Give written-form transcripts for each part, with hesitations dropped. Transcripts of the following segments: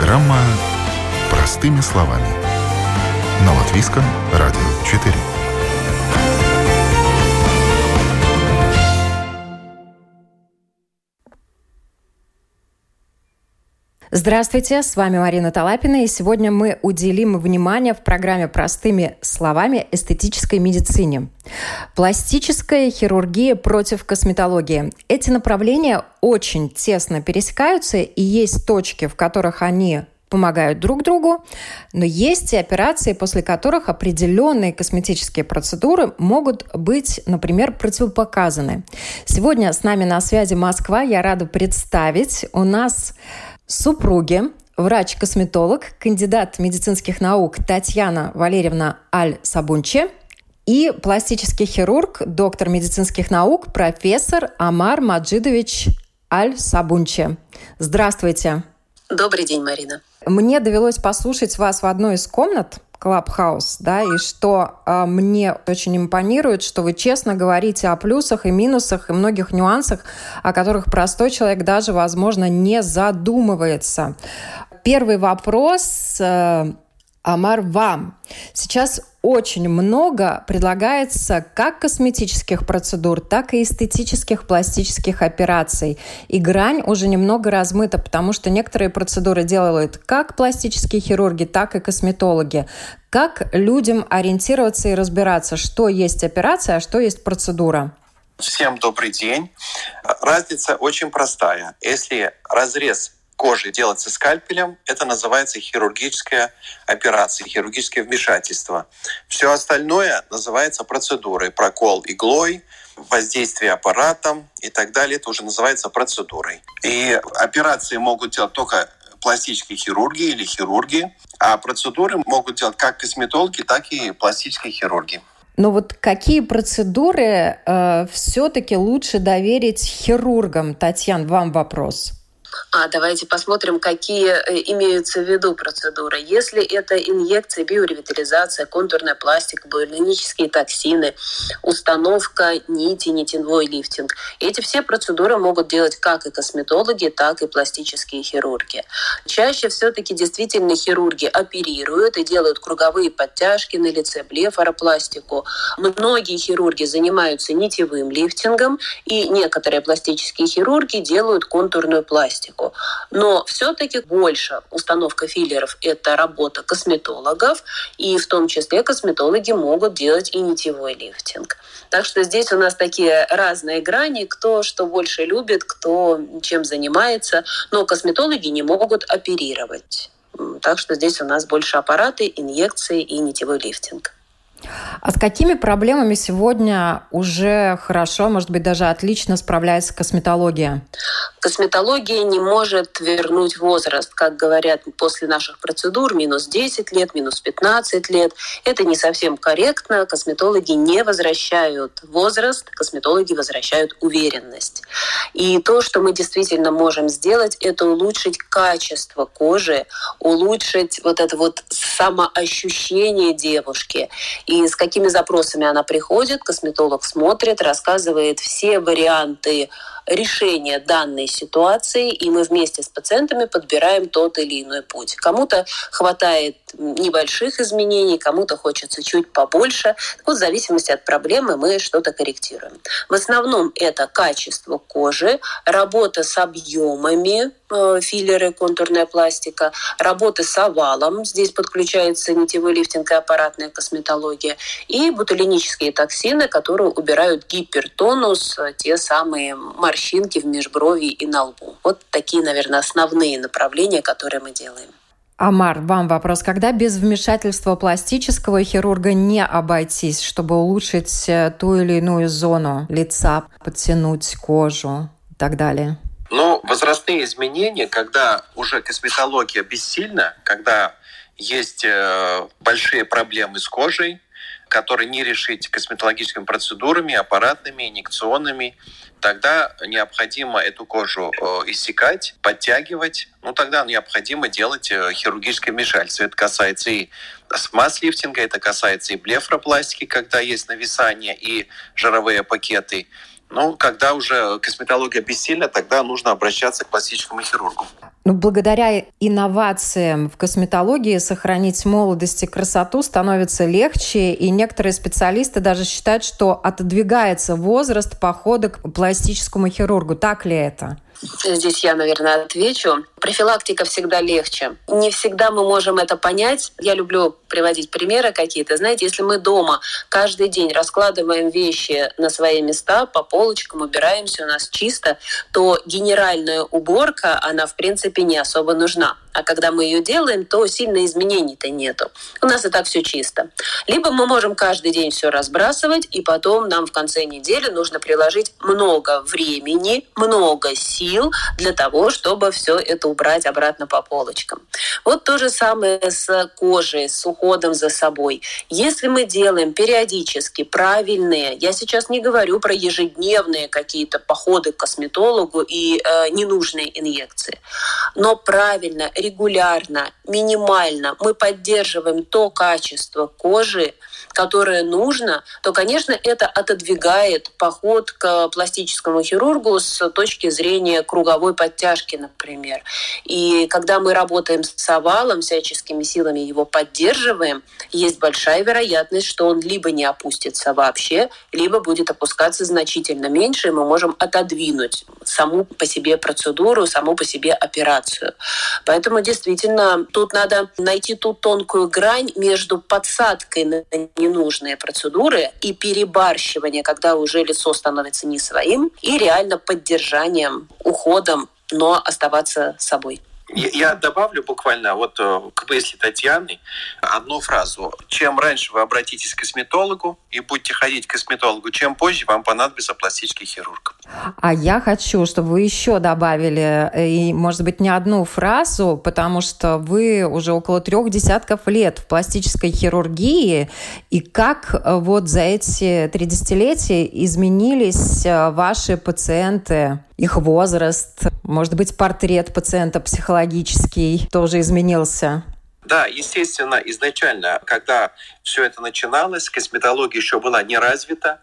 Программа «Простыми словами» на Латвийском радио 4. Здравствуйте, с вами Марина Талапина, и сегодня мы уделим внимание в программе «Простыми словами» эстетической медицине. Пластическая хирургия против косметологии. Эти направления очень тесно пересекаются, и есть точки, в которых они помогают друг другу, но есть и операции, после которых определенные косметические процедуры могут быть, например, противопоказаны. Сегодня с нами на связи Москва. Я рада представить. У нас супруги, врач-косметолог, кандидат медицинских наук Татьяна Валерьевна Аль-Сабунче и пластический хирург, доктор медицинских наук, профессор Амар Маджидович Аль-Сабунче. Здравствуйте. Добрый день, Марина. Мне довелось послушать вас в одной из комнат Clubhouse, да, и что мне очень импонирует, что вы честно говорите о плюсах и минусах и многих нюансах, о которых простой человек даже, возможно, не задумывается. Первый вопрос, Амар, вам. Сейчас очень много предлагается как косметических процедур, так и эстетических пластических операций. И грань уже немного размыта, потому что некоторые процедуры делают как пластические хирурги, так и косметологи. Как людям ориентироваться и разбираться, что есть операция, а что есть процедура? Всем добрый день. Разница очень простая. Если разрез кожи делается скальпелем, это называется хирургическая операция, хирургическое вмешательство. Все остальное называется процедурой. Прокол иглой, воздействие аппаратом и так далее. Это уже называется процедурой. И операции могут делать только пластические хирурги или хирурги, а процедуры могут делать как косметологи, так и пластические хирурги. Но вот какие процедуры все-таки лучше доверить хирургам? Татьяна, вам вопрос. Давайте посмотрим, какие имеются в виду процедуры. Если это инъекция, биоревитализация, контурная пластика, биологические токсины, установка нити, нитевой лифтинг, эти все процедуры могут делать как и косметологи, так и пластические хирурги. Чаще все-таки действительно хирурги оперируют и делают круговые подтяжки на лице, блефаропластику. Многие хирурги занимаются нитевым лифтингом, и некоторые пластические хирурги делают контурную пластику. Но все-таки больше установка филлеров – это работа косметологов, и в том числе косметологи могут делать и нитевой лифтинг. Так что здесь у нас такие разные грани, кто что больше любит, кто чем занимается, но косметологи не могут оперировать. Так что здесь у нас больше аппараты, инъекции и нитевой лифтинг. А с какими проблемами сегодня уже хорошо, может быть, даже отлично справляется косметология? Косметология не может вернуть возраст, как говорят после наших процедур, минус 10 лет, минус 15 лет. Это не совсем корректно. Косметологи не возвращают возраст, косметологи возвращают уверенность. И то, что мы действительно можем сделать, это улучшить качество кожи, улучшить вот это вот самоощущение девушки. И с какими запросами она приходит, косметолог смотрит, рассказывает все варианты решения данной ситуации, и мы вместе с пациентами подбираем тот или иной путь. Кому-то хватает небольших изменений, кому-то хочется чуть побольше. Вот в зависимости от проблемы мы что-то корректируем. В основном это качество кожи, работа с объемами, филлеры, контурная пластика, работа с овалом, здесь подключается нитевой лифтинг и аппаратная косметология, и ботулинические токсины, которые убирают гипертонус, те самые морщинки в межбровье и на лбу. Вот такие, наверное, основные направления, которые мы делаем. Амар, вам вопрос. Когда без вмешательства пластического хирурга не обойтись, чтобы улучшить ту или иную зону лица, подтянуть кожу и так далее? Возрастные изменения, когда уже косметология бессильна, когда есть большие проблемы с кожей, которые не решить косметологическими процедурами, аппаратными, инъекционными, тогда необходимо эту кожу иссекать, подтягивать. Тогда необходимо делать хирургическое вмешательство. Это касается и масс-лифтинга, это касается и блефаропластики, когда есть нависание и жировые пакеты. Когда уже косметология бессильна, тогда нужно обращаться к пластическому хирургу. Благодаря инновациям в косметологии сохранить молодость и красоту становится легче, и некоторые специалисты даже считают, что отодвигается возраст похода к пластическому хирургу. Так ли это? Здесь я, наверное, отвечу. Профилактика всегда легче. Не всегда мы можем это понять. Я люблю приводить примеры какие-то. Знаете, если мы дома каждый день раскладываем вещи на свои места, по полочкам, убираемся, у нас чисто, то генеральная уборка, она, в принципе, не особо нужна. А когда мы ее делаем, то сильно изменений-то нету. У нас и так все чисто. Либо мы можем каждый день все разбрасывать, и потом нам в конце недели нужно приложить много времени, много сил для того, чтобы все это убрать обратно по полочкам. Вот то же самое с кожей, с уходом за собой. Если мы делаем периодически правильные, я сейчас не говорю про ежедневные какие-то походы к косметологу и ненужные инъекции, но правильно, регулярно, минимально мы поддерживаем то качество кожи, которое нужно, то, конечно, это отодвигает поход к пластическому хирургу с точки зрения круговой подтяжки, например. И когда мы работаем с овалом, всяческими силами его поддерживаем, есть большая вероятность, что он либо не опустится вообще, либо будет опускаться значительно меньше, и мы можем отодвинуть саму по себе процедуру, саму по себе операцию. Поэтому действительно тут надо найти ту тонкую грань между подсадкой на ненужные процедуры и перебарщиванием, когда уже лицо становится не своим, и реально поддержанием, уходом, но оставаться собой. Я добавлю буквально к мысли Татьяны одну фразу. Чем раньше вы обратитесь к косметологу и будете ходить к косметологу, чем позже вам понадобится пластический хирург. А я хочу, чтобы вы еще добавили, и, может быть, не одну фразу, потому что вы уже около 3 десятков лет в пластической хирургии, и как вот за эти 3 десятилетия изменились ваши пациенты, их возраст, может быть, портрет пациента психологический тоже изменился? Да, естественно, изначально, когда все это начиналось, косметология еще была не развита,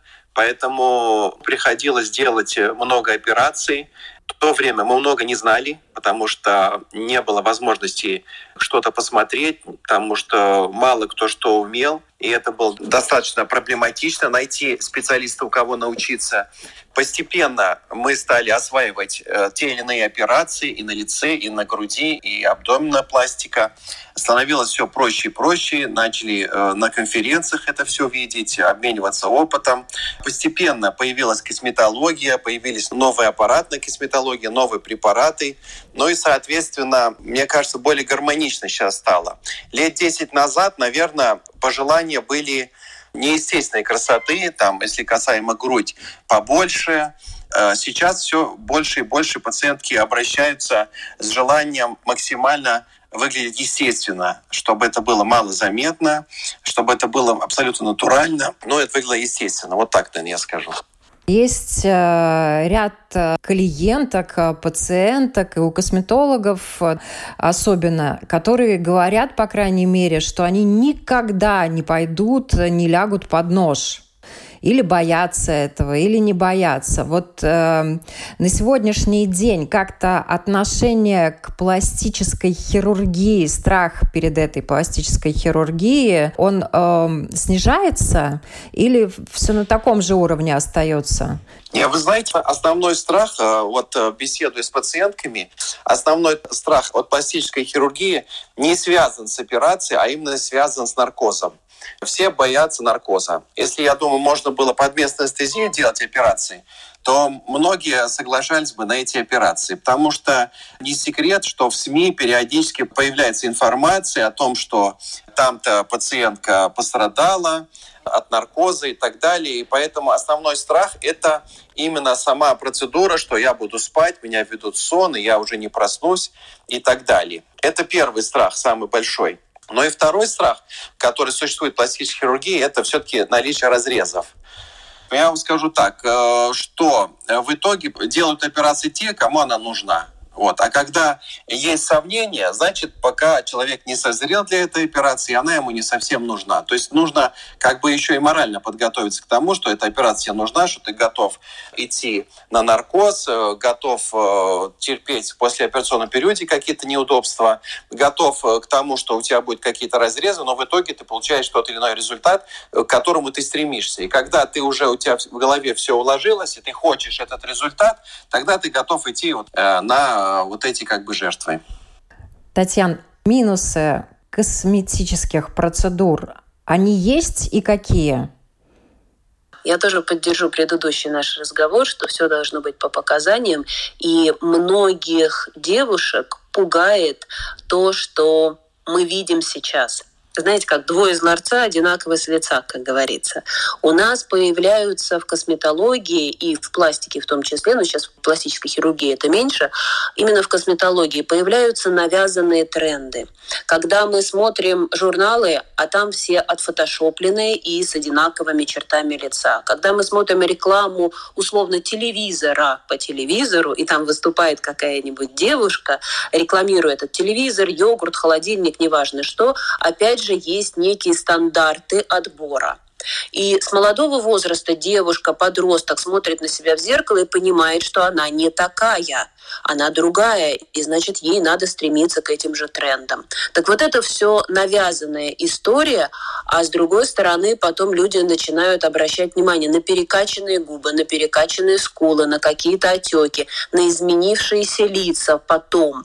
поэтому приходилось делать много операций. В то время мы много не знали, потому что не было возможности что-то посмотреть, потому что мало кто что умел. И это было достаточно проблематично найти специалиста, у кого научиться. Постепенно мы стали осваивать те или иные операции и на лице, и на груди, и абдоменная пластика. Становилось все проще и проще. Начали на конференциях это все видеть, обмениваться опытом. Постепенно появилась косметология, появились новые аппаратные косметологии, новые препараты. Ну и, соответственно, мне кажется, более гармонично сейчас стало. Лет 10 назад, наверное, пожелания были неестественной красоты, там, если касаемо грудь, побольше. Сейчас все больше и больше пациентки обращаются с желанием максимально выглядеть естественно, чтобы это было малозаметно, чтобы это было абсолютно натурально, но это выглядело естественно. Вот так, наверное, я скажу. Есть ряд клиенток, пациенток и у косметологов особенно, которые говорят, по крайней мере, что они никогда не пойдут, не лягут под нож. Или боятся этого, или не боятся. Вот на сегодняшний день как-то отношение к пластической хирургии, страх перед этой пластической хирургией, он снижается или все на таком же уровне остается? Вы знаете, основной страх, беседуя с пациентками, основной страх от пластической хирургии не связан с операцией, а именно связан с наркозом. Все боятся наркоза. Если, я думаю, можно было под местной анестезией делать операции, то многие соглашались бы на эти операции. Потому что не секрет, что в СМИ периодически появляется информация о том, что там-то пациентка пострадала от наркоза и так далее. И поэтому основной страх – это именно сама процедура, что я буду спать, меня ведут в сон, и я уже не проснусь и так далее. Это первый страх, самый большой. Но и второй страх, который существует в пластической хирургии, это все-таки наличие разрезов. Я вам скажу так, что в итоге делают операции те, кому она нужна. Вот. А когда есть сомнения, значит, пока человек не созрел для этой операции, она ему не совсем нужна. То есть нужно как бы еще и морально подготовиться к тому, что эта операция нужна, что ты готов идти на наркоз, готов терпеть в послеоперационном периоде какие-то неудобства, готов к тому, что у тебя будут какие-то разрезы, но в итоге ты получаешь тот или иной результат, к которому ты стремишься. И когда ты уже, у тебя в голове все уложилось, и ты хочешь этот результат, тогда ты готов идти на вот эти как бы жертвы. Татьяна, минусы косметических процедур, они есть и какие? Я тоже поддержу предыдущий наш разговор, что все должно быть по показаниям. И многих девушек пугает то, что мы видим сейчас. Знаете, как двое из ларца одинаковые с лица, как говорится. У нас появляются в косметологии и в пластике в том числе, но сейчас в пластической хирургии это меньше, именно в косметологии появляются навязанные тренды. Когда мы смотрим журналы, а там все отфотошопленные и с одинаковыми чертами лица. Когда мы смотрим рекламу условно телевизора по телевизору, и там выступает какая-нибудь девушка, рекламируя этот телевизор, йогурт, холодильник, неважно что, опять же есть некие стандарты отбора. И с молодого возраста девушка, подросток смотрит на себя в зеркало и понимает, что она не такая, она другая, и значит, ей надо стремиться к этим же трендам. Так вот это все навязанная история, а с другой стороны потом люди начинают обращать внимание на перекачанные губы, на перекачанные скулы, на какие-то отеки, на изменившиеся лица потом.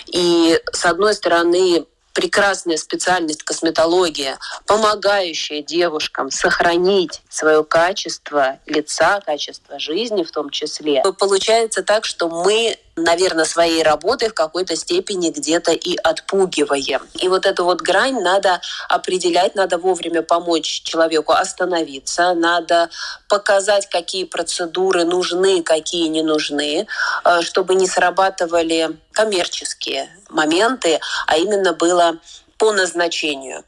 И с одной стороны, прекрасная специальность косметология, помогающая девушкам сохранить свое качество лица, качество жизни в том числе. Получается так, что мы, наверное, своей работой в какой-то степени где-то и отпугиваем. И вот эту вот грань надо определять, надо вовремя помочь человеку остановиться, надо показать, какие процедуры нужны, какие не нужны, чтобы не срабатывали коммерческие моменты, а именно было по назначению.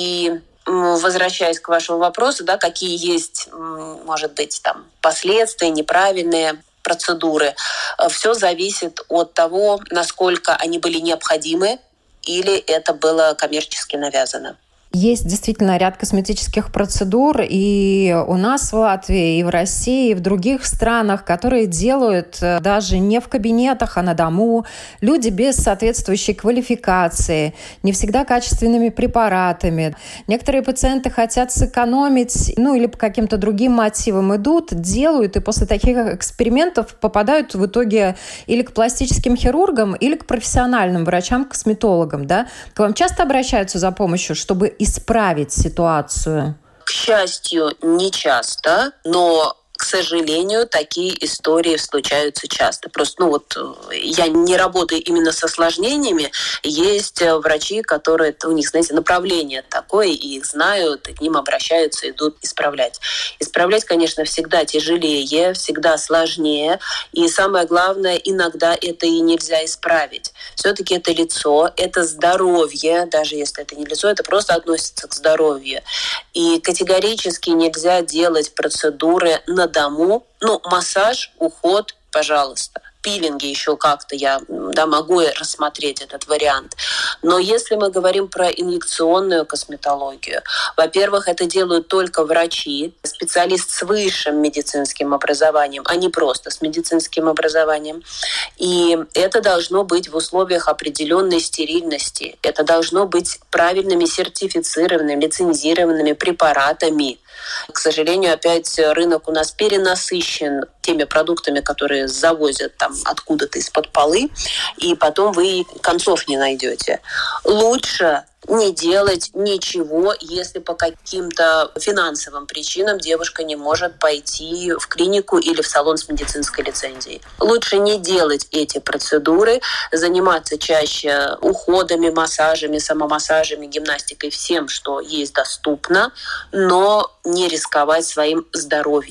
И возвращаясь к вашему вопросу, да, какие есть, может быть, там последствия, неправильные процедуры, все зависит от того, насколько они были необходимы или это было коммерчески навязано. Есть действительно ряд косметических процедур и у нас в Латвии, и в России, и в других странах, которые делают даже не в кабинетах, а на дому. Люди без соответствующей квалификации, не всегда качественными препаратами. Некоторые пациенты хотят сэкономить, или по каким-то другим мотивам идут, делают, и после таких экспериментов попадают в итоге или к пластическим хирургам, или к профессиональным врачам-косметологам. Да? К вам часто обращаются за помощью, чтобы исправить ситуацию? К счастью, не часто, но, к сожалению, такие истории случаются часто. Просто, я не работаю именно с осложнениями. Есть врачи, которые, у них, знаете, направление такое, и их знают, и к ним обращаются, идут исправлять. Исправлять, конечно, всегда тяжелее, всегда сложнее. И самое главное, иногда это и нельзя исправить. Все-таки это лицо, это здоровье, даже если это не лицо, это просто относится к здоровью. И категорически нельзя делать процедуры на дому. Массаж, уход, пожалуйста. Пилинги еще как-то я могу рассмотреть этот вариант. Но если мы говорим про инъекционную косметологию, во-первых, это делают только врачи, специалист с высшим медицинским образованием, а не просто с медицинским образованием. И это должно быть в условиях определенной стерильности. Это должно быть правильными сертифицированными, лицензированными препаратами. К сожалению, опять рынок у нас перенасыщен теми продуктами, которые завозят там откуда-то из-под полы, и потом вы концов не найдете. Лучше не делать ничего, если по каким-то финансовым причинам девушка не может пойти в клинику или в салон с медицинской лицензией. Лучше не делать эти процедуры, заниматься чаще уходами, массажами, самомассажами, гимнастикой, всем, что есть доступно, но не рисковать своим здоровьем.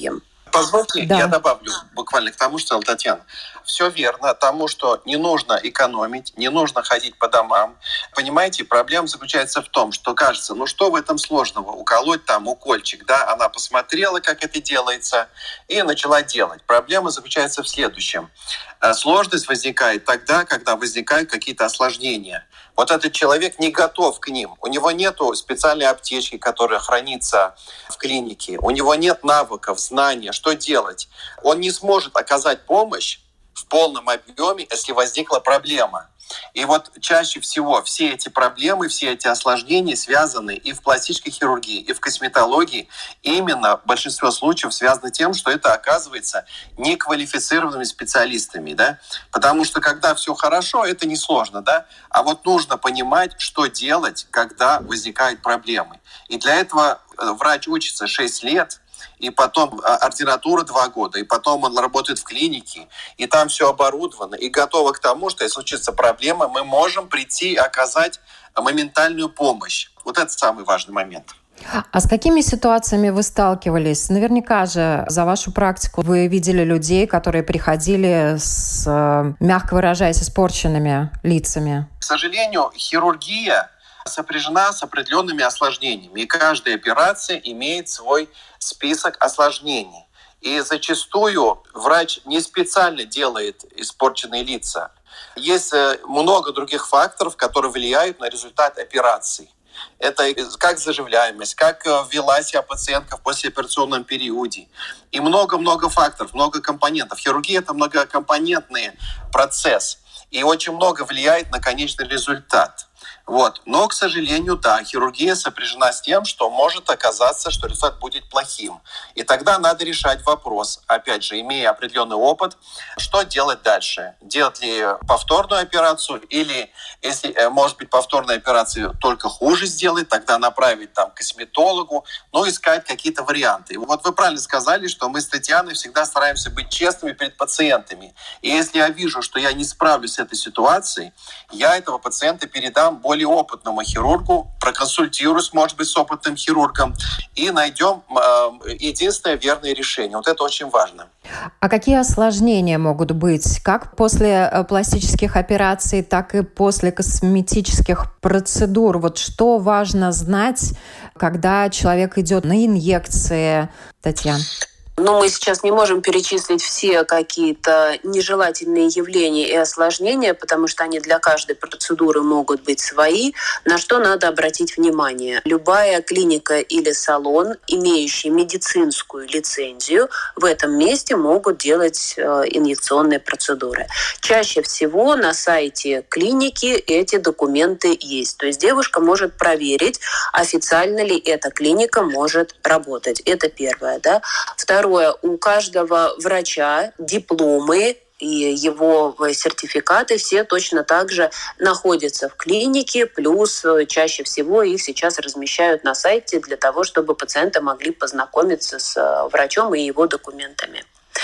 Позвольте, я добавлю буквально к тому, что сказала Татьяна. Все верно, тому, что не нужно экономить, не нужно ходить по домам. Понимаете, проблема заключается в том, что кажется, что в этом сложного? Уколоть там укольчик, да? Она посмотрела, как это делается, и начала делать. Проблема заключается в следующем. Сложность возникает тогда, когда возникают какие-то осложнения. Вот этот человек не готов к ним. У него нет специальной аптечки, которая хранится в клинике. У него нет навыков, знания, что делать. Он не сможет оказать помощь в полном объеме, если возникла проблема. И вот чаще всего все эти проблемы, все эти осложнения связаны и в пластической хирургии, и в косметологии. Именно большинство случаев связано тем, что это оказывается неквалифицированными специалистами. Да? Потому что когда все хорошо, это несложно. Да? А вот нужно понимать, что делать, когда возникают проблемы. И для этого врач учится 6 лет, и потом ординатура 2 года, и потом он работает в клинике, и там все оборудовано, и готово к тому, что если случится проблема, мы можем прийти и оказать моментальную помощь. Вот это самый важный момент. А с какими ситуациями вы сталкивались? Наверняка же за вашу практику вы видели людей, которые приходили с, мягко выражаясь, испорченными лицами. К сожалению, хирургия сопряжена с определенными осложнениями. И каждая операция имеет свой список осложнений. И зачастую врач не специально делает испорченные лица. Есть много других факторов, которые влияют на результат операции. Это как заживляемость, как вела себя пациентка в послеоперационном периоде. И много-много факторов, много компонентов. Хирургия – это многокомпонентный процесс. И очень много влияет на конечный результат. Вот. Но, к сожалению, да, хирургия сопряжена с тем, что может оказаться, что результат будет плохим. И тогда надо решать вопрос, опять же, имея определенный опыт, что делать дальше. Делать ли повторную операцию или, если, может быть, повторная операция только хуже сделает, тогда направить там, к косметологу, искать какие-то варианты. И вот вы правильно сказали, что мы с Татьяной всегда стараемся быть честными перед пациентами. И если я вижу, что я не справлюсь с этой ситуацией, я этого пациента передам более опытному хирургу, проконсультируюсь, может быть, с опытным хирургом, и найдем единственное верное решение. Вот это очень важно. А какие осложнения могут быть как после пластических операций, так и после косметических процедур? Вот что важно знать, когда человек идет на инъекции, Татьяна? Мы сейчас не можем перечислить все какие-то нежелательные явления и осложнения, потому что они для каждой процедуры могут быть свои, на что надо обратить внимание. Любая клиника или салон, имеющий медицинскую лицензию, в этом месте могут делать инъекционные процедуры. Чаще всего на сайте клиники эти документы есть. То есть девушка может проверить, официально ли эта клиника может работать. Это первое. Да? Второе. У каждого врача дипломы и его сертификаты все точно так же находятся в клинике, плюс чаще всего их сейчас размещают на сайте для того, чтобы пациенты могли познакомиться с врачом и его документами.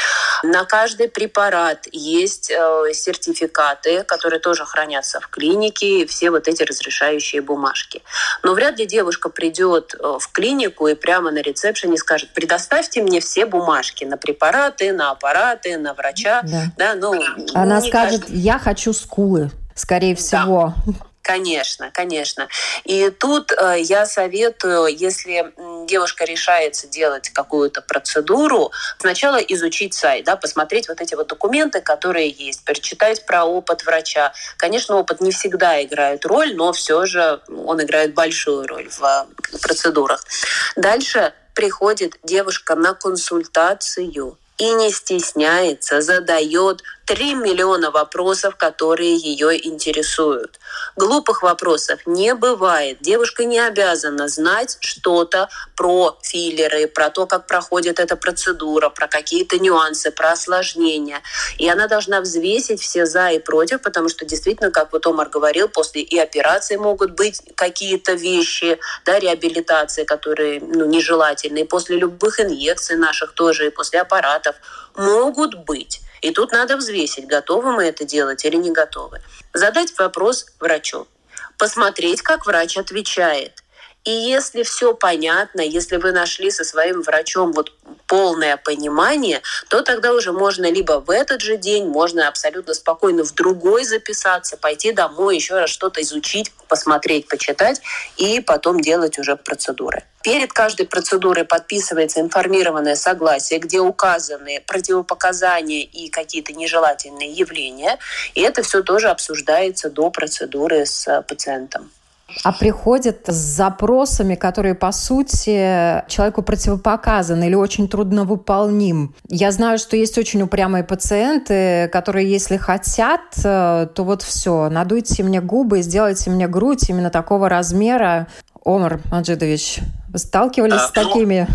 На каждый препарат есть сертификаты, которые тоже хранятся в клинике, все вот эти разрешающие бумажки. Но вряд ли девушка придет в клинику и прямо на ресепшене скажет: предоставьте мне все бумажки на препараты, на аппараты, на врача. Да. Она скажет: я хочу скулы, скорее всего. Да. Конечно. И тут я советую, если девушка решается делать какую-то процедуру, сначала изучить сайт, посмотреть вот эти вот документы, которые есть, прочитать про опыт врача. Конечно, опыт не всегда играет роль, но все же он играет большую роль в процедурах. Дальше приходит девушка на консультацию и не стесняется, задает 3 миллиона вопросов, которые ее интересуют. Глупых вопросов не бывает. Девушка не обязана знать что-то про филлеры, про то, как проходит эта процедура, про какие-то нюансы, про осложнения. И она должна взвесить все за и против, потому что действительно, как вот Омар говорил, после и операции могут быть какие-то вещи, реабилитации, которые нежелательные. После любых инъекций наших тоже, и после аппаратов могут быть. И тут надо взвесить, готовы мы это делать или не готовы. Задать вопрос врачу, посмотреть, как врач отвечает. И если все понятно, если вы нашли со своим врачом полное понимание, то тогда уже можно либо в этот же день, можно абсолютно спокойно в другой записаться, пойти домой, еще раз что-то изучить, посмотреть, почитать и потом делать уже процедуры. Перед каждой процедурой подписывается информированное согласие, где указаны противопоказания и какие-то нежелательные явления. И это все тоже обсуждается до процедуры с пациентом. А приходят с запросами, которые, по сути, человеку противопоказаны или очень трудновыполним. Я знаю, что есть очень упрямые пациенты, которые, если хотят, то вот все, надуйте мне губы, сделайте мне грудь именно такого размера. Омар Маджидович, вы сталкивались с такими?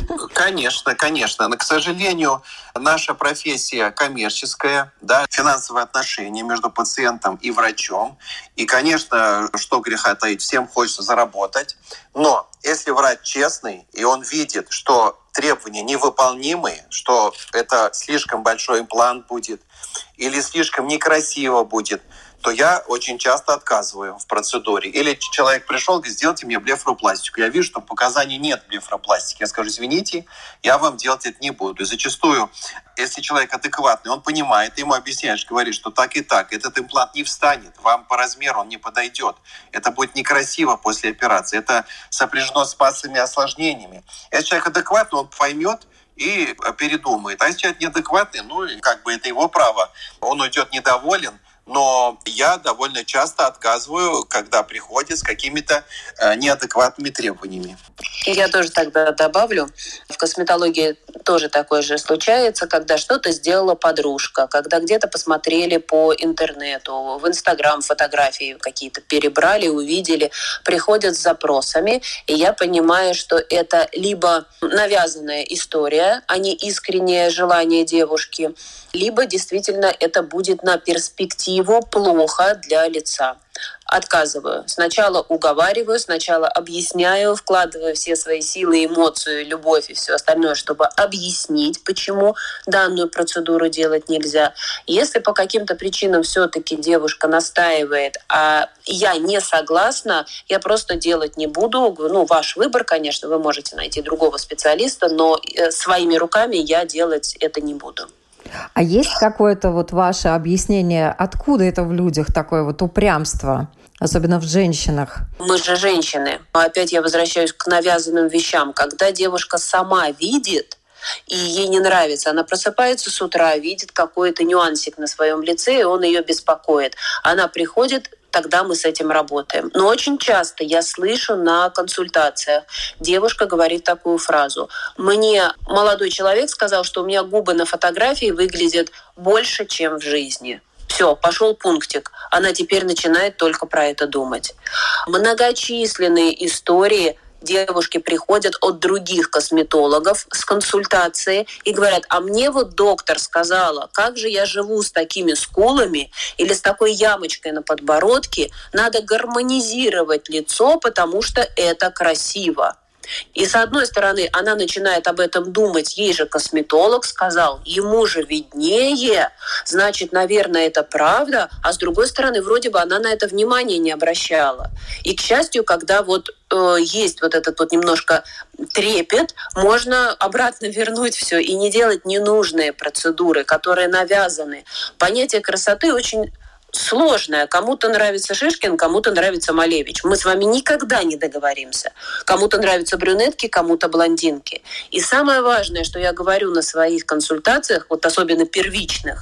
Конечно. Но, к сожалению, наша профессия коммерческая, да, финансовые отношения между пациентом и врачом. И, конечно, что греха таить, всем хочется заработать. Но если врач честный, и он видит, что требования невыполнимые, что это слишком большой имплант будет или слишком некрасиво будет, то я очень часто отказываю в процедуре. Или человек пришел, говорит, сделайте мне блефаропластику. Я вижу, что показаний нет блефаропластики. Я скажу, извините, я вам делать это не буду. И зачастую, если человек адекватный, он понимает, ты ему объясняешь, говоришь, что так и так, этот имплант не встанет, вам по размеру он не подойдет. Это будет некрасиво после операции. Это сопряжено с массовыми осложнениями. Если человек адекватный, он поймет и передумает. А если человек неадекватный, это его право. Он уйдет недоволен. Но я довольно часто отказываю, когда приходят с какими-то неадекватными требованиями. Я тоже тогда добавлю. В косметологии тоже такое же случается, когда что-то сделала подружка, когда где-то посмотрели по интернету, в Инстаграм фотографии какие-то перебрали, увидели, приходят с запросами, и я понимаю, что это либо навязанная история, а не искреннее желание девушки, либо действительно это будет на перспективу плохо для лица. Отказываю. Сначала уговариваю, сначала объясняю, вкладываю все свои силы, эмоции, любовь и все остальное, чтобы объяснить, почему данную процедуру делать нельзя. Если по каким-то причинам все-таки девушка настаивает, а я не согласна, я просто делать не буду. Ваш выбор, конечно, вы можете найти другого специалиста, но своими руками я делать это не буду. А есть какое-то ваше объяснение, откуда это в людях такое упрямство, особенно в женщинах? Мы же женщины. Опять я возвращаюсь к навязанным вещам. Когда девушка сама видит, и ей не нравится, она просыпается с утра, видит какой-то нюансик на своем лице, и он ее беспокоит. Она приходит, тогда мы с этим работаем. Но очень часто я слышу на консультациях, девушка говорит такую фразу. Мне молодой человек сказал, что у меня губы на фотографии выглядят больше, чем в жизни. Все, пошел пунктик. Она теперь начинает только про это думать. Многочисленные истории. Девушки приходят от других косметологов с консультацией и говорят, а мне доктор сказала, как же я живу с такими скулами или с такой ямочкой на подбородке, надо гармонизировать лицо, потому что это красиво. И с одной стороны, она начинает об этом думать, ей же косметолог сказал, ему же виднее, значит, наверное, это правда, а с другой стороны, вроде бы она на это внимание не обращала. И, к счастью, когда есть этот немножко трепет, можно обратно вернуть все и не делать ненужные процедуры, которые навязаны. Понятие красоты очень сложное. Кому-то нравится Шишкин, кому-то нравится Малевич. Мы с вами никогда не договоримся. Кому-то нравятся брюнетки, кому-то блондинки. И самое важное, что я говорю на своих консультациях, особенно первичных,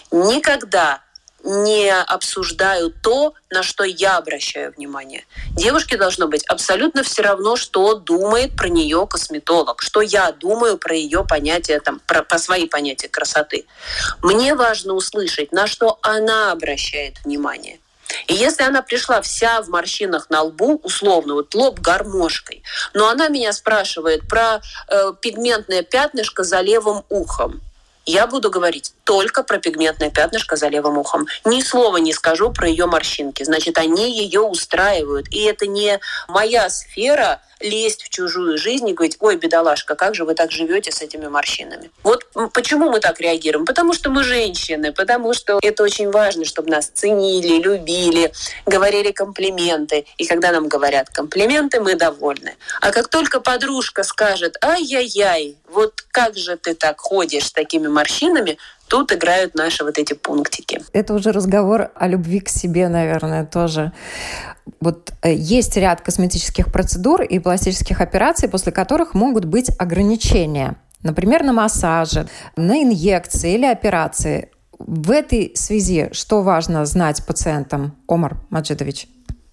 никогда не обсуждаю то, на что я обращаю внимание. Девушке должно быть абсолютно все равно, что думает про нее косметолог, что я думаю про ее понятия, про свои понятия красоты. Мне важно услышать, на что она обращает внимание. И если она пришла вся в морщинах на лбу, условно, лоб гармошкой, но она меня спрашивает про пигментное пятнышко за левым ухом, я буду говорить только про пигментное пятнышко за левым ухом. Ни слова не скажу про ее морщинки. Значит, они ее устраивают. И это не моя сфера лезть в чужую жизнь и говорить: ой, бедолашка, как же вы так живете с этими морщинами? Вот почему мы так реагируем? Потому что мы женщины, потому что это очень важно, чтобы нас ценили, любили, говорили комплименты. И когда нам говорят комплименты, мы довольны. А как только подружка скажет: ай-яй-яй, вот как же ты так ходишь с такими морщинами, тут играют наши вот эти пунктики. Это уже разговор о любви к себе, наверное, тоже. Вот есть ряд косметических процедур и пластических операций, после которых могут быть ограничения. Например, на массаже, на инъекции или операции. В этой связи что важно знать пациентам, Омар Маджидович?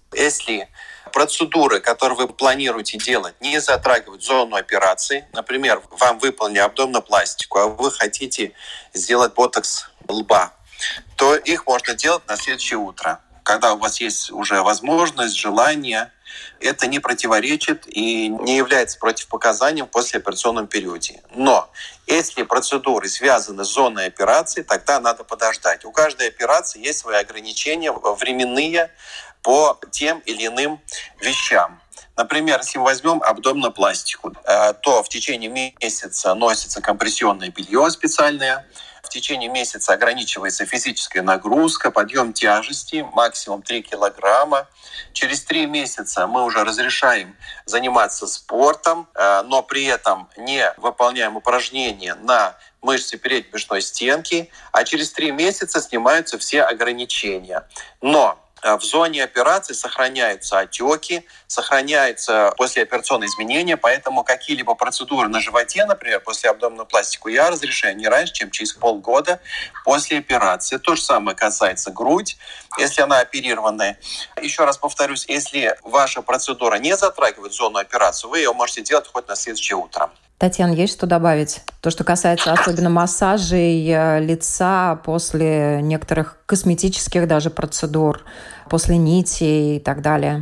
Если процедуры, которые вы планируете делать, не затрагивают зону операции, например, вам выполнили абдоминопластику, а вы хотите сделать ботокс лба, то их можно делать на следующее утро, когда у вас есть уже возможность, желание. Это не противоречит и не является противопоказанием в послеоперационном периоде. Но если процедуры связаны с зоной операции, тогда надо подождать. У каждой операции есть свои ограничения временные по тем или иным вещам. Например, если мы возьмем абдоминопластику, то в течение месяца носится компрессионное белье специальное. В течение месяца ограничивается физическая нагрузка, подъем тяжести, максимум 3 килограмма. Через 3 месяца мы уже разрешаем заниматься спортом, но при этом не выполняем упражнения на мышцы передней брюшной стенки, а через 3 месяца снимаются все ограничения. Но в зоне операции сохраняются отеки, сохраняются послеоперационные изменения, поэтому какие-либо процедуры на животе, например, после абдоминопластику, я разрешаю не раньше, чем через полгода после операции. То же самое касается грудь, если она оперированная. Еще раз повторюсь, если ваша процедура не затрагивает зону операции, вы ее можете делать хоть на следующее утро. Татьяна, есть что добавить? То, что касается особенно массажей лица после некоторых косметических даже процедур, после нити и так далее.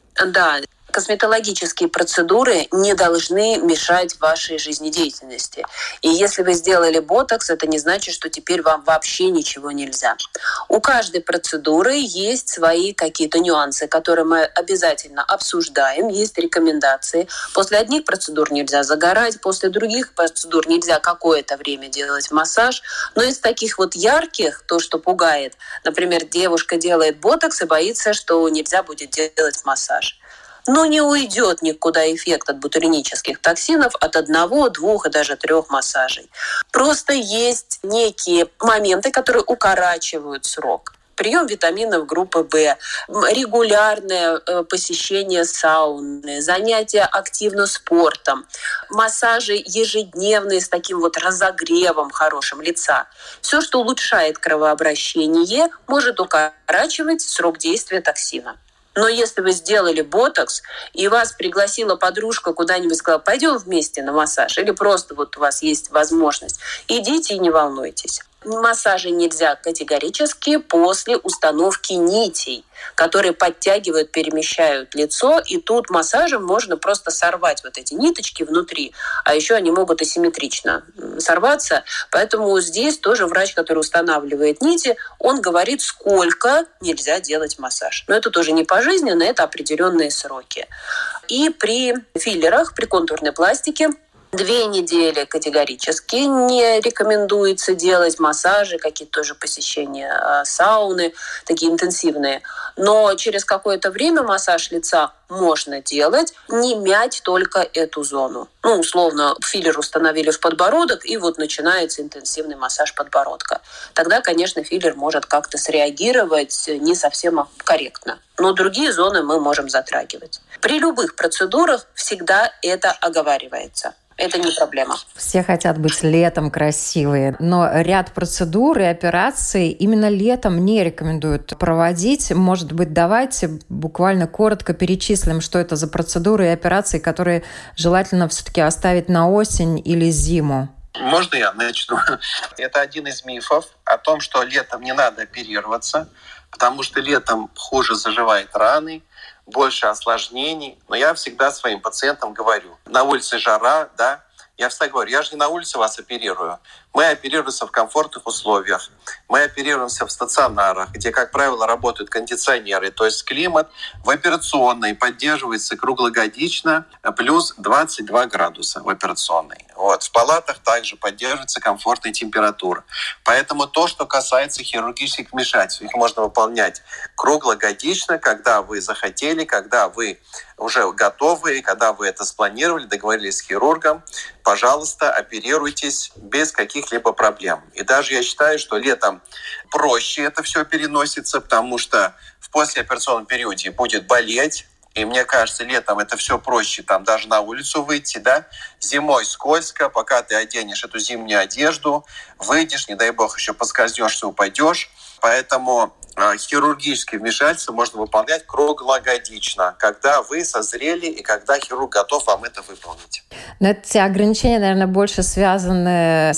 Да, косметологические процедуры не должны мешать вашей жизнедеятельности. И если вы сделали ботокс, это не значит, что теперь вам вообще ничего нельзя. У каждой процедуры есть свои какие-то нюансы, которые мы обязательно обсуждаем, есть рекомендации. После одних процедур нельзя загорать, после других процедур нельзя какое-то время делать массаж. Но из таких вот ярких, то, что пугает, например, девушка делает ботокс и боится, что нельзя будет делать массаж. Но не уйдет никуда эффект от ботулинических токсинов от 1, 2 и даже 3 массажей. Просто есть некие моменты, которые укорачивают срок. Прием витаминов группы В, регулярное посещение сауны, занятия активно спортом, массажи ежедневные с таким вот разогревом хорошим лица. Все, что улучшает кровообращение, может укорачивать срок действия токсина. Но если вы сделали ботокс, и вас пригласила подружка куда-нибудь, сказала: пойдем вместе на массаж, или просто вот у вас есть возможность, идите и не волнуйтесь. Массажи нельзя категорически после установки нитей, которые подтягивают, перемещают лицо, и тут массажем можно просто сорвать вот эти ниточки внутри, а еще они могут асимметрично сорваться, поэтому здесь тоже врач, который устанавливает нити, он говорит, сколько нельзя делать массаж. Но это тоже не пожизненно, это определенные сроки. И при филлерах, при контурной пластике 2 недели категорически не рекомендуется делать массажи, какие-то тоже посещения сауны, такие интенсивные. Но через какое-то время массаж лица можно делать, не мять только эту зону. Условно, филлер установили в подбородок, и вот начинается интенсивный массаж подбородка. Тогда, конечно, филлер может как-то среагировать не совсем корректно. Но другие зоны мы можем затрагивать. При любых процедурах всегда это оговаривается. Это не проблема. Все хотят быть летом красивые, но ряд процедур и операций именно летом не рекомендуют проводить. Может быть, давайте буквально коротко перечислим, что это за процедуры и операции, которые желательно все-таки оставить на осень или зиму. Можно я начну? Это один из мифов о том, что летом не надо оперироваться, потому что летом хуже заживают раны, больше осложнений. Но я всегда своим пациентам говорю, на улице жара, да, Я всегда говорю, я же не на улице вас оперирую. Мы оперируемся в комфортных условиях. Мы оперируемся в стационарах, где, как правило, работают кондиционеры. То есть климат в операционной поддерживается круглогодично плюс 22 градуса в операционной. Вот. В палатах также поддерживается комфортная температура. Поэтому то, что касается хирургических вмешательств, их можно выполнять круглогодично, когда вы захотели, когда вы уже готовы, когда вы это спланировали, договорились с хирургом, пожалуйста, оперируйтесь без каких-либо проблем. И даже я считаю, что летом проще это все переносится, потому что в послеоперационном периоде будет болеть. И мне кажется, летом это все проще, там даже на улицу выйти, да. Зимой скользко, пока ты оденешь эту зимнюю одежду, выйдешь, не дай бог, еще поскользнешься, упадешь. Поэтому хирургические вмешательства можно выполнять круглогодично, когда вы созрели и когда хирург готов вам это выполнить. Но эти ограничения, наверное, больше связаны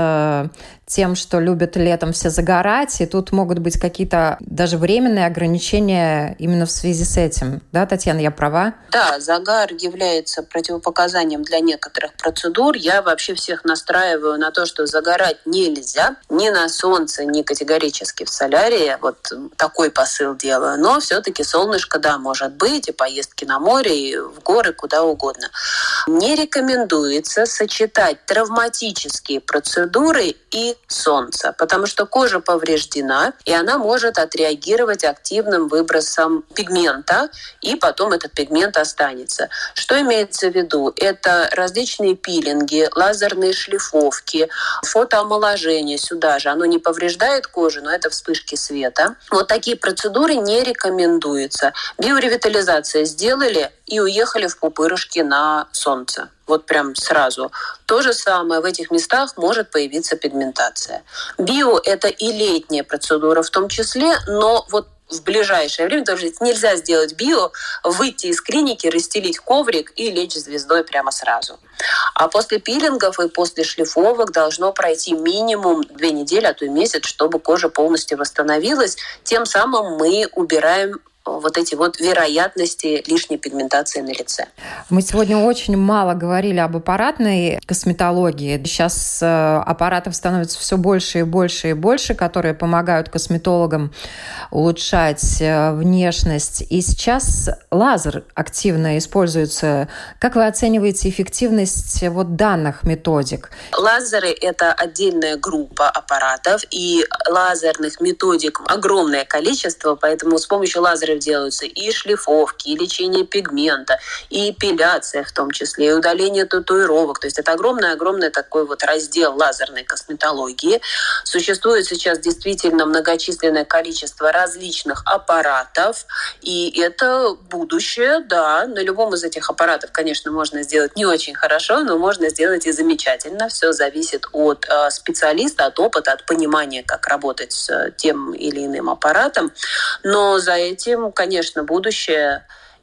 с тем, что любят летом все загорать, и тут могут быть какие-то даже временные ограничения именно в связи с этим. Да, Татьяна, я права? Да, загар является противопоказанием для некоторых процедур. Я вообще всех настраиваю на то, что загорать нельзя ни на солнце, ни категорически в солярии. Вот такой посыл делаю. Но все-таки солнышко, да, может быть, и поездки на море, и в горы, куда угодно. Не рекомендуется сочетать травматические процедуры и солнце, потому что кожа повреждена, и она может отреагировать активным выбросом пигмента, и потом этот пигмент останется. Что имеется в виду? Это различные пилинги, лазерные шлифовки, фотоомоложение сюда же. Оно не повреждает кожу, но это вспышки света. Вот такие процедуры не рекомендуются. Биоревитализация сделали и уехали в пупырышки на солнце. Вот прям сразу. То же самое в этих местах может появиться пигментация. Био – это и летняя процедура в том числе, но вот в ближайшее время тоже нельзя сделать био, выйти из клиники, расстелить коврик и лечь звездой прямо сразу. А после пилингов и после шлифовок должно пройти минимум 2 недели, а то и месяц, чтобы кожа полностью восстановилась. Тем самым мы убираем вот эти вот вероятности лишней пигментации на лице. Мы сегодня очень мало говорили об аппаратной косметологии. Сейчас аппаратов становится все больше и больше и больше, которые помогают косметологам улучшать внешность. И сейчас лазер активно используется. Как вы оцениваете эффективность вот данных методик? Лазеры – это отдельная группа аппаратов, и лазерных методик огромное количество, поэтому с помощью лазеров делаются и шлифовки, и лечение пигмента, и эпиляция в том числе, и удаление татуировок. То есть это огромный такой вот раздел лазерной косметологии. Существует сейчас действительно многочисленное количество различных аппаратов, и это будущее, да. На любом из этих аппаратов, конечно, можно сделать не очень хорошо, но можно сделать и замечательно. Все зависит от специалиста, от опыта, от понимания, как работать с тем или иным аппаратом. Но за этим, конечно, будущее.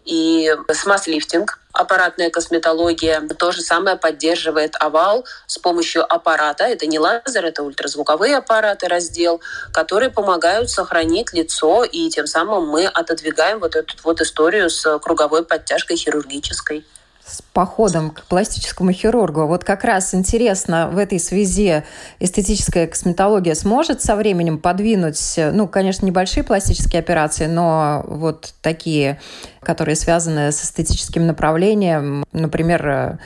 И смаз-лифтинг, аппаратная косметология, то же самое поддерживает овал с помощью аппарата. Это не лазер, это ультразвуковые аппараты, раздел, которые помогают сохранить лицо, и тем самым мы отодвигаем вот эту вот историю с круговой подтяжкой хирургической. С походом к пластическому хирургу. Вот как раз интересно, в этой связи эстетическая косметология сможет со временем подвинуть, конечно, небольшие пластические операции, но вот такие, которые связаны с эстетическим направлением, например,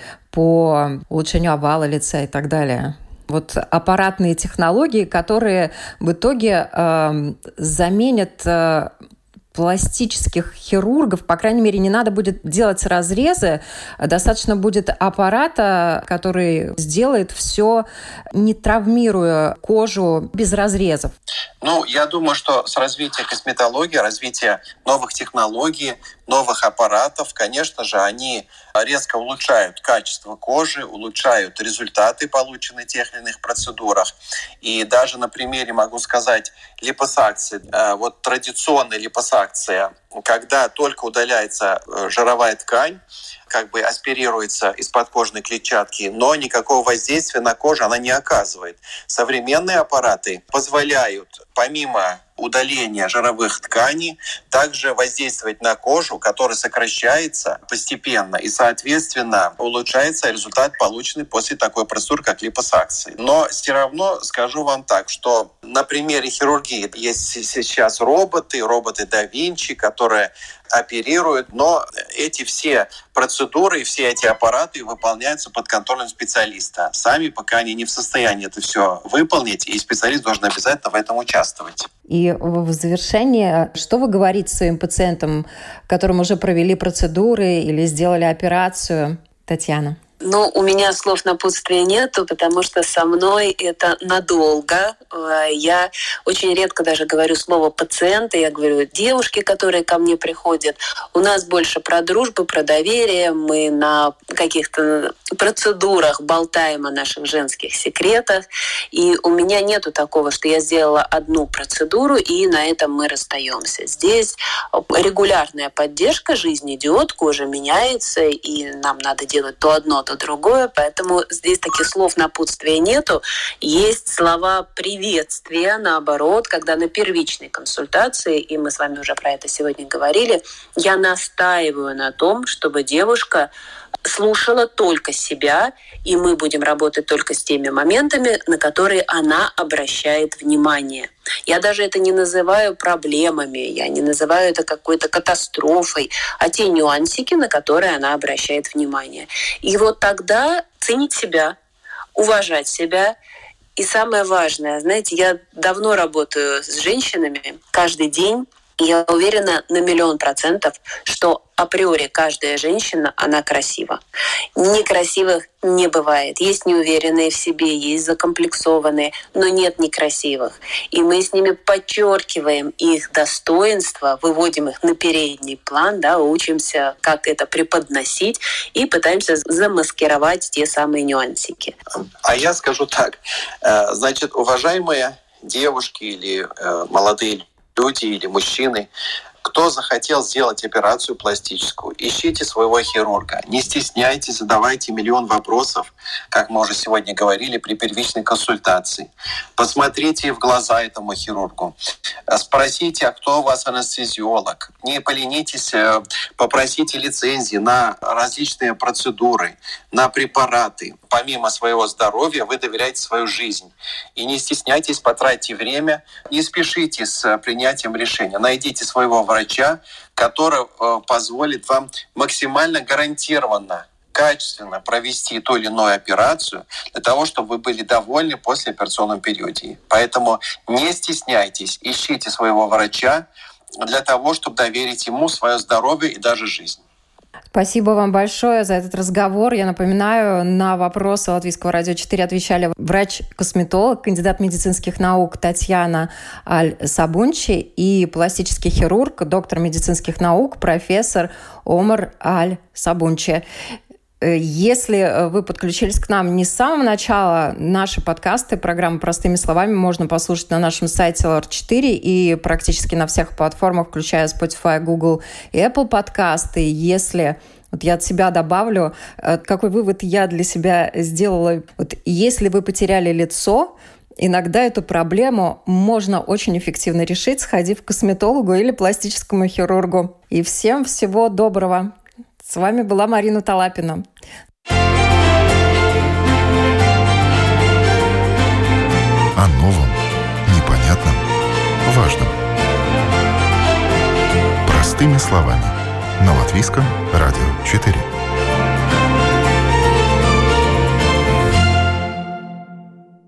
по улучшению овала лица и так далее. Вот аппаратные технологии, которые в итоге заменят пластических хирургов, по крайней мере, не надо будет делать разрезы, достаточно будет аппарата, который сделает все, не травмируя кожу, без разрезов. Я думаю, что с развитием косметологии, развитием новых технологий, новых аппаратов, конечно же, они резко улучшают качество кожи, улучшают результаты, полученные в тех или иных процедурах. И даже на примере могу сказать липосакции. Вот традиционная липосакция, когда только удаляется жировая ткань, как бы аспирируется из подкожной клетчатки, но никакого воздействия на кожу она не оказывает. Современные аппараты позволяют, помимо удаления жировых тканей, также воздействовать на кожу, которая сокращается постепенно, и, соответственно, улучшается результат, полученный после такой процедуры, как липосакция. Но все равно скажу вам так, что на примере хирургии есть сейчас роботы да Винчи, которые оперируют, но эти все процедуры и все эти аппараты выполняются под контролем специалиста. Сами пока они не в состоянии это все выполнить, и специалист должен обязательно в этом участвовать. И в завершение, что вы говорите своим пациентам, которым уже провели процедуры или сделали операцию, Татьяна? У меня слов напутствия нету, потому что со мной это надолго. Я очень редко даже говорю слово «пациенты», я говорю «девушки», которые ко мне приходят. У нас больше про дружбу, про доверие. Мы на каких-то процедурах болтаем о наших женских секретах. И у меня нету такого, что я сделала одну процедуру, и на этом мы расстаемся. Здесь регулярная поддержка, жизнь идет, кожа меняется, и нам надо делать то одно, то другое, поэтому здесь таких слов напутствия нету. Есть слова приветствия, наоборот, когда на первичной консультации, и мы с вами уже про это сегодня говорили, я настаиваю на том, чтобы девушка слушала только себя, и мы будем работать только с теми моментами, на которые она обращает внимание. Я даже это не называю проблемами, я не называю это какой-то катастрофой, а те нюансики, на которые она обращает внимание. И вот тогда ценить себя, уважать себя. И самое важное, знаете, я давно работаю с женщинами каждый день, и я уверена на 1000000%, что априори каждая женщина, она красива. Некрасивых не бывает. Есть неуверенные в себе, есть закомплексованные, но нет некрасивых. И мы с ними подчеркиваем их достоинства, выводим их на передний план, учимся, как это преподносить, и пытаемся замаскировать те самые нюансики. А я скажу так. Значит, уважаемые девушки или молодые люди или мужчины, кто захотел сделать операцию пластическую, ищите своего хирурга. Не стесняйтесь, задавайте миллион вопросов, как мы уже сегодня говорили, при первичной консультации. Посмотрите в глаза этому хирургу. Спросите, а кто у вас анестезиолог. Не поленитесь, попросите лицензии на различные процедуры, на препараты. Помимо своего здоровья вы доверяете свою жизнь. И не стесняйтесь, потратьте время, не спешите с принятием решения. Найдите своего врача, который позволит вам максимально гарантированно, качественно провести ту или иную операцию для того, чтобы вы были довольны после операционном периоде. Поэтому не стесняйтесь, ищите своего врача для того, чтобы доверить ему свое здоровье и даже жизнь. Спасибо вам большое за этот разговор. Я напоминаю, на вопросы Латвийского радио 4 отвечали врач-косметолог, кандидат медицинских наук Татьяна Аль-Сабунчи и пластический хирург, доктор медицинских наук, профессор Омар Аль-Сабунчи. Если вы подключились к нам не с самого начала, наши подкасты, программы «Простыми словами» можно послушать на нашем сайте LR4 и практически на всех платформах, включая Spotify, Google и Apple подкасты. Если я от себя добавлю, какой вывод я для себя сделала. Если вы потеряли лицо, иногда эту проблему можно очень эффективно решить, сходив к косметологу или пластическому хирургу. И всем всего доброго! С вами была Марина Талапина. О новом, непонятном, важном. Простыми словами. На Латвийском радио 4.